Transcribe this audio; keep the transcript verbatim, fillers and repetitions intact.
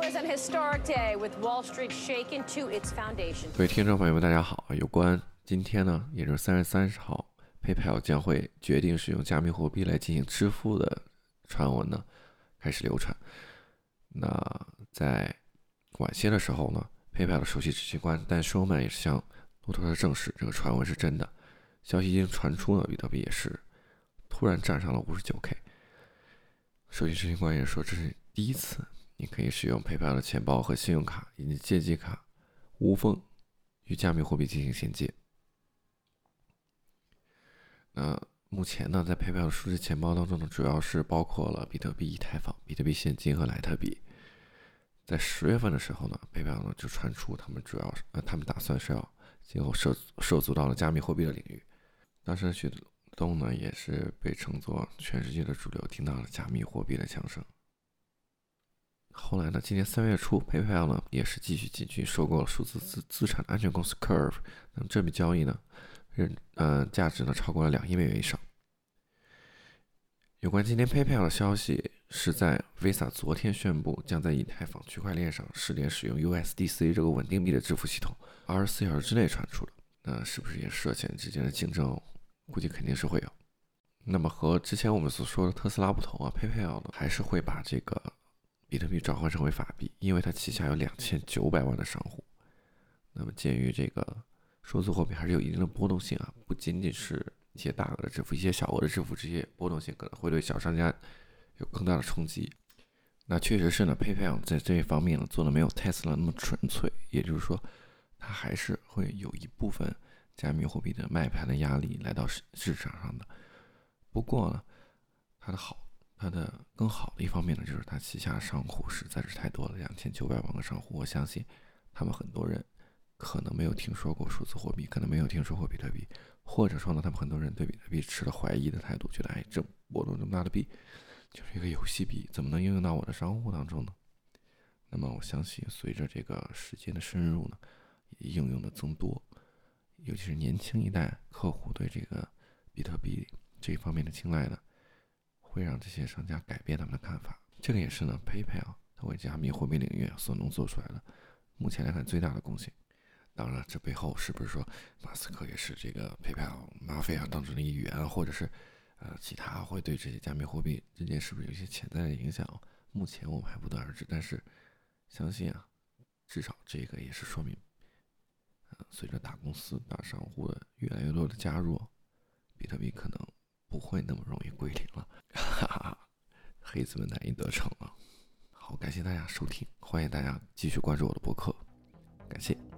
was an historic day with Wall Street shaken to its foundation. 各位听众朋友们，大家好。有关今天呢，也就是三月三十号 ，PayPal 将会决定使用加密货币来进行支付的传闻呢，开始流传。那在晚些的时候呢 ，PayPal 的首席执行官Dan Schulman也是向路透社证实，这个传闻是真的。消息已经传出呢，比特币也是突然站上了 五十九K。首席执行官也说，这是第一次你可以使用 PayPal 的钱包和信用卡以及借记卡无缝与加密货币进行衔接。那目前呢，在 PayPal 的数字钱包当中呢，主要是包括了比特币、以太坊、比特币现金和莱特币。在十月份的时候呢 ，PayPal 呢就传出他们主要呃，他们打算是要今后涉涉足到了加密货币的领域。当时的举动呢，也是被称作全世界的主流听到了加密货币的枪声。后来呢，今年三月初 ，PayPal 呢也是继续进军收购了数字资资产安全公司 Curve。那么这笔交易呢，呃，价值呢超过了两亿美元以上。有关今天 PayPal 的消息是在 Visa 昨天宣布将在以太坊区块链上试点使用 U S D C 这个稳定币的支付系统，二十四小时之内传出的。那是不是也涉嫌之间的竞争？估计肯定是会有。那么和之前我们所说的特斯拉不同啊 ，PayPal 呢还是会把这个比特币转换成为法币，因为它旗下有两千九百万的商户。那么鉴于这个数字货币还是有一定的波动性啊，不仅仅是一些大额的支付，一些小额的支付，这些波动性可能会对小商家有更大的冲击。那确实是呢 ，PayPal 在这一方面呢做的没有 Tesla 那么纯粹，也就是说，它还是会有一部分加密货币的卖盘的压力来到市场上的。不过呢，它的好，它的更好的一方面呢，就是它旗下商户实在是太多了，两千九百万个商户，我相信他们很多人可能没有听说过数字货币，可能没有听说过比特币，或者说呢，他们很多人对比特币持了怀疑的态度，觉得哎，这波动这么大的币就是一个游戏币，怎么能应用到我的商户当中呢？那么我相信，随着这个时间的深入呢，应用的增多，尤其是年轻一代客户对这个比特币这一方面的青睐呢，会让这些商家改变他们的看法。这个也是呢 PayPal 它为加密货币领域所能做出来的，目前来看最大的贡献。当然，这背后是不是说马斯克也是这个 PayPal 马菲亚当中的一员，或者是呃其他会对这些加密货币之间是不是有一些潜在的影响？目前我们还不得而知，但是相信啊，至少这个也是说明，呃，随着大公司、大商户的越来越多的加入，比特币可能不会那么容易归零了。哈哈，黑子们难以得逞了。好，感谢大家收听，欢迎大家继续关注我的博客，感谢。